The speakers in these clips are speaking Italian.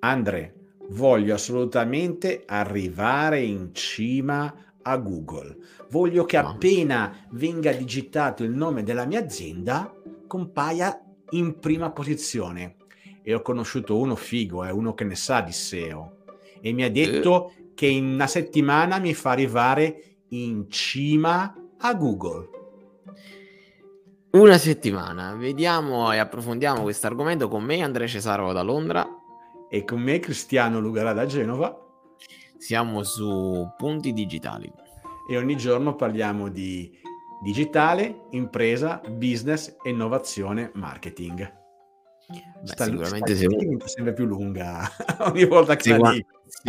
Andre, voglio assolutamente arrivare in cima a Google. Voglio che Ma appena venga digitato il nome della mia azienda, compaia in prima posizione. E ho conosciuto uno figo, uno che ne sa di SEO, e mi ha detto che in una settimana mi fa arrivare in cima a Google. una settimana, vediamo e approfondiamo questo argomento con me, Andrea Cesaro da Londra. E con me Cristiano Lugara da Genova. Siamo su Punti Digitali. E ogni giorno parliamo di digitale, impresa, business, innovazione, marketing. Beh, Sta sicuramente lista diventa sempre più lunga ogni volta che la dico.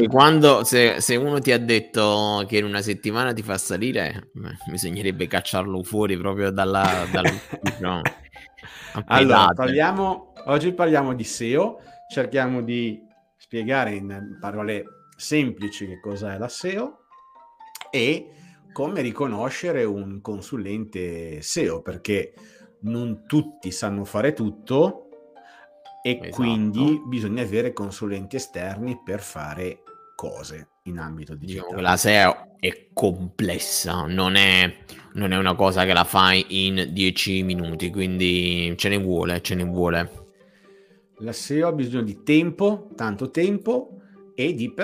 se uno ti ha detto che in una settimana ti fa salire, bisognerebbe cacciarlo fuori proprio dall'ufficio a Allora, pedate. oggi parliamo di SEO, cerchiamo di spiegare in parole semplici che cosa è la SEO e come riconoscere un consulente SEO, perché non tutti sanno fare tutto e Esatto. quindi bisogna avere consulenti esterni per fare cose in ambito Diciamo che la digitale. SEO è complessa, non è una cosa che la fai in 10 minuti, quindi ce ne vuole, ce ne vuole. La SEO ha bisogno di tempo, tanto tempo, e di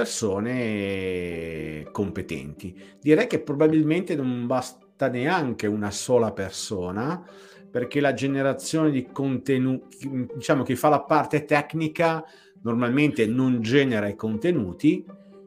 persone competenti. Direi che probabilmente non basta neanche una sola persona, perché la generazione di contenuti, diciamo che fa la parte tecnica, normalmente non genera i contenuti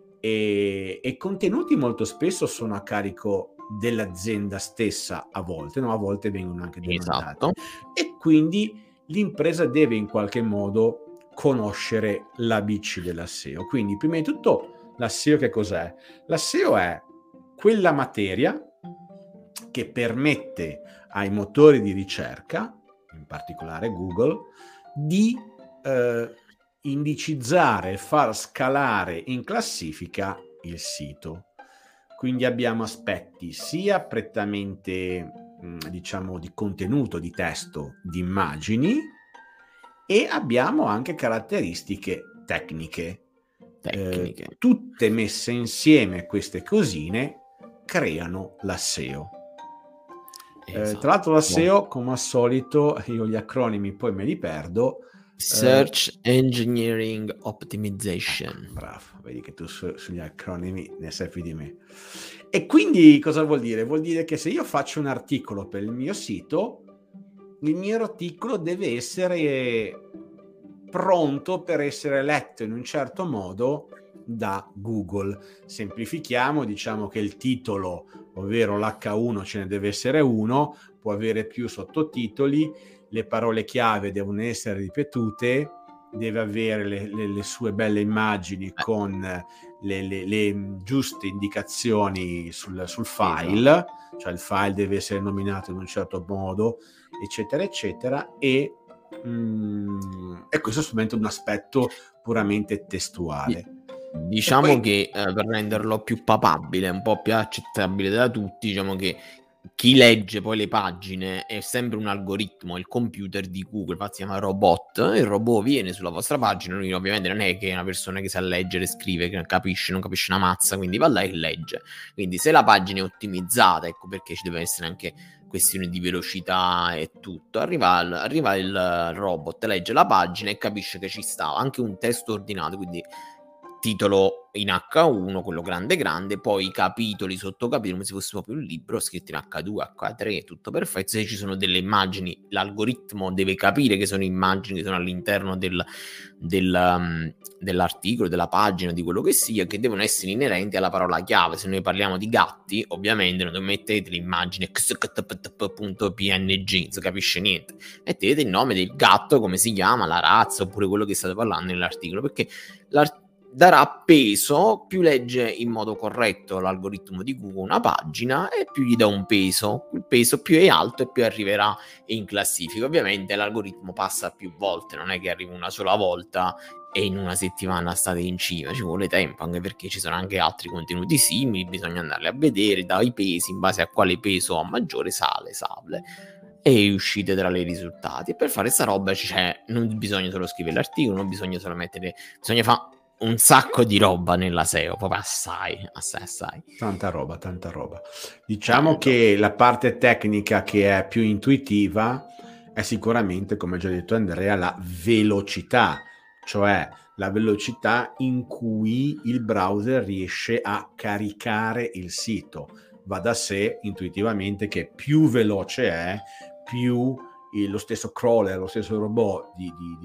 e contenuti molto spesso sono a carico dell'azienda stessa a volte, no? A volte vengono anche demandati. Esatto. E quindi l'impresa deve in qualche modo conoscere l'ABC della SEO. Quindi, prima di tutto, la SEO che cos'è? La SEO è quella materia che permette ai motori di ricerca, in particolare Google, di indicizzare e far scalare in classifica il sito. Quindi abbiamo aspetti sia prettamente diciamo di contenuto, di testo, di immagini, e abbiamo anche caratteristiche tecniche. Tecniche. Tutte messe insieme queste cosine creano la SEO. Tra l'altro la Esatto. SEO, come al solito, io gli acronimi poi me li perdo. Search Engineering Ecco, Optimization. bravo, vedi che tu sugli acronimi ne sai più di me. E quindi cosa vuol dire? Vuol dire che se io faccio un articolo per il mio sito, il mio articolo deve essere pronto per essere letto in un certo modo da Google. Semplifichiamo, diciamo che il titolo, ovvero l'H1 ce ne deve essere uno, può avere più sottotitoli, le parole chiave devono essere ripetute, deve avere le sue belle immagini con le giuste indicazioni sul Esatto. file, cioè il file deve essere nominato in un certo modo, eccetera, eccetera, e questo è solamente un aspetto puramente testuale. E Diciamo poi che per renderlo più papabile, un po' più accettabile da tutti, diciamo che chi legge poi le pagine è sempre un algoritmo, il computer di Google, infatti si chiama robot, il robot viene sulla vostra pagina, lui ovviamente non è che è una persona che sa leggere, scrive, che non capisce una mazza, quindi va là e legge. Quindi se la pagina è ottimizzata, ecco perché ci deve essere anche questioni di velocità e tutto, arriva il robot, legge la pagina e capisce che ci sta anche un testo ordinato, quindi titolo in H1, quello grande grande, poi i capitoli, sottocapitoli, come se fosse proprio un libro scritto in H2, H3, tutto perfetto. Se ci sono delle immagini, l'algoritmo deve capire che sono immagini che sono all'interno dell'articolo, della pagina, di quello che sia, che devono essere inerenti alla parola chiave. Se noi parliamo di gatti, ovviamente non mettete l'immagine .png, non si capisce niente. Mettete il nome del gatto, come si chiama, la razza, oppure quello che state parlando nell'articolo, perché darà peso, più legge in modo corretto l'algoritmo di Google una pagina e più gli dà un peso. Il peso più è alto e più arriverà in classifica. Ovviamente l'algoritmo passa più volte, non è che arriva una sola volta e in una settimana state in cima, ci vuole tempo, anche perché ci sono anche altri contenuti simili, bisogna andarli a vedere dai pesi, in base a quale peso ha maggiore sale. e uscite tra i risultati. E per fare sta roba non bisogna solo scrivere l'articolo, non bisogna solo bisogna fare un sacco di roba nella SEO, proprio assai. Tanta roba. Diciamo che la parte tecnica che è più intuitiva è sicuramente, come ha già detto Andrea, la velocità, cioè la velocità in cui il browser riesce a caricare il sito. Va da sé intuitivamente che più veloce è, più lo stesso crawler, lo stesso robot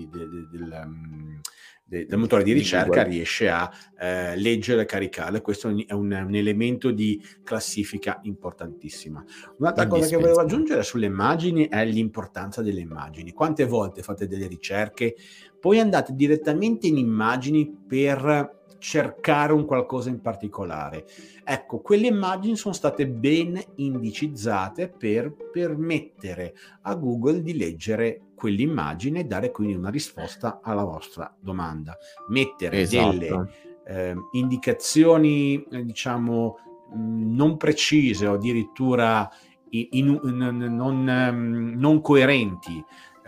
del motore di ricerca Google riesce a leggere e caricarle. Questo è un elemento di classifica importantissima. Un'altra cosa che volevo aggiungere sulle immagini è l'importanza delle immagini. Quante volte fate delle ricerche, poi andate direttamente in immagini per cercare un qualcosa in particolare? Ecco, quelle immagini sono state ben indicizzate per permettere a Google di leggere quell'immagine e dare quindi una risposta alla vostra domanda. Mettere delle indicazioni, diciamo, non precise o addirittura non coerenti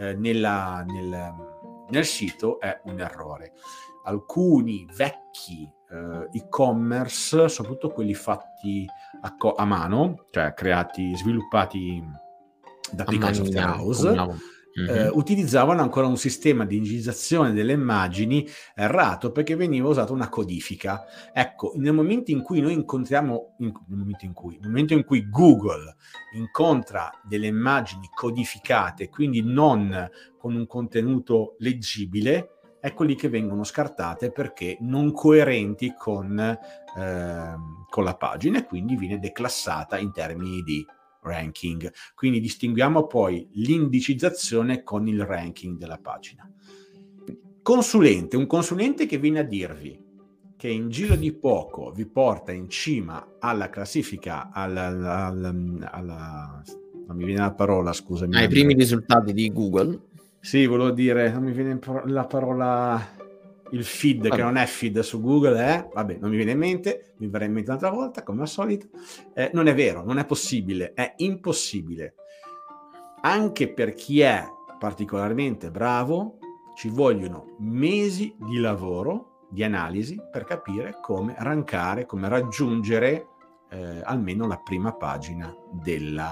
nel sito è un errore. Alcuni vecchi e-commerce, soprattutto quelli fatti a mano, cioè sviluppati da piccole software house, utilizzavano ancora un sistema di indicizzazione delle immagini errato, perché veniva usata una codifica. Ecco, nel momento in cui noi nel momento in cui Google incontra delle immagini codificate, quindi non con un contenuto leggibile, ecco lì che vengono scartate perché non coerenti con la pagina, e quindi viene declassata in termini di ranking. Quindi distinguiamo poi l'indicizzazione con il ranking della pagina. Un consulente che viene a dirvi che in giro di poco vi porta in cima alla classifica, non mi viene la parola, scusami. Ai primi risultati di Google. Sì, volevo dire, non mi viene la parola, il feed, che non è feed su Google, vabbè, non mi viene in mente, mi verrà in mente un'altra volta, come al solito. Non è vero, non è possibile, è impossibile. Anche per chi è particolarmente bravo, ci vogliono mesi di lavoro, di analisi, per capire come rankare, come raggiungere almeno la prima pagina della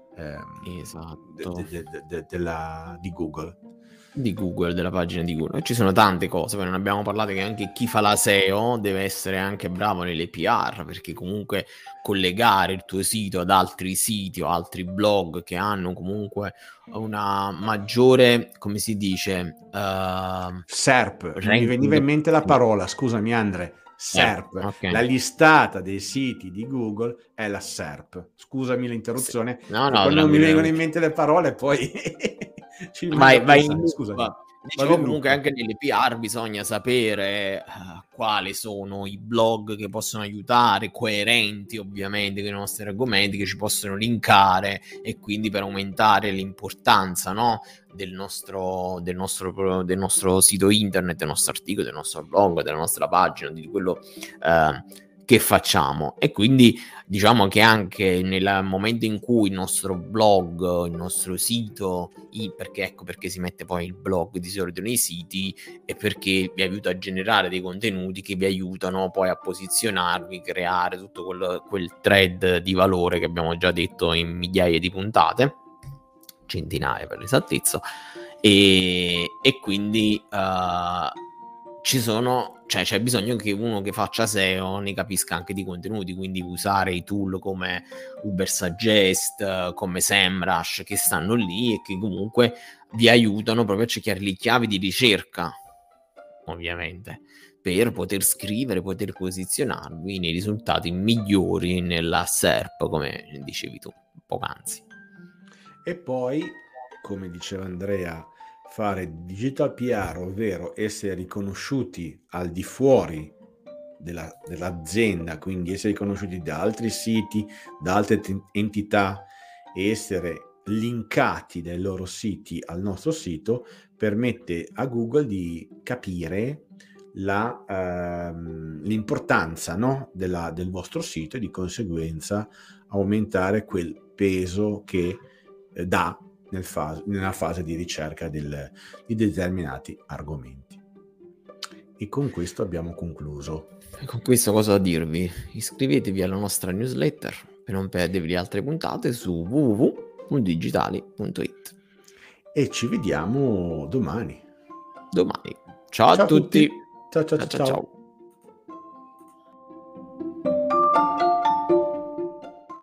di Google. Di Google, della pagina di Google. Ci sono tante cose, poi non abbiamo parlato che anche chi fa la SEO deve essere anche bravo nelle PR, perché comunque collegare il tuo sito ad altri siti o altri blog che hanno comunque una maggiore, come si dice, SERP, mi veniva in mente la parola, scusami Andre, SERP, okay. La listata dei siti di Google è la SERP. Scusami l'interruzione, quando non mi vengono in mente le parole poi vai in Dicevo comunque anche nelle PR bisogna sapere quali sono i blog che possono aiutare, coerenti ovviamente con i nostri argomenti, che ci possono linkare, e quindi per aumentare l'importanza, no, del nostro sito internet, del nostro articolo, del nostro blog, della nostra pagina, di quello che facciamo. E quindi diciamo che anche nel momento in cui il nostro blog, il nostro sito, perché si mette poi il blog di solito nei siti, è perché vi aiuta a generare dei contenuti che vi aiutano poi a posizionarvi, creare tutto quel thread di valore che abbiamo già detto in migliaia di puntate, centinaia per l'esattezza, e quindi c'è bisogno che uno che faccia SEO ne capisca anche di contenuti, quindi usare i tool come Ubersuggest, come SEMrush, che stanno lì e che comunque vi aiutano proprio a cercare le chiavi di ricerca, ovviamente, per poter scrivere, poter posizionarvi nei risultati migliori nella SERP, come dicevi tu poc'anzi. E poi, come diceva Andrea, fare digital PR, ovvero essere riconosciuti al di fuori dell'azienda, quindi essere riconosciuti da altri siti, da altre entità, e essere linkati dai loro siti al nostro sito, permette a Google di capire l'importanza, no, del vostro sito, e di conseguenza aumentare quel peso che dà nella fase di ricerca di determinati argomenti. E con questo abbiamo concluso. E con questo cosa dirvi? Iscrivetevi alla nostra newsletter per non perdervi le altre puntate su www.digitali.it. E ci vediamo domani. Ciao a tutti. Ciao.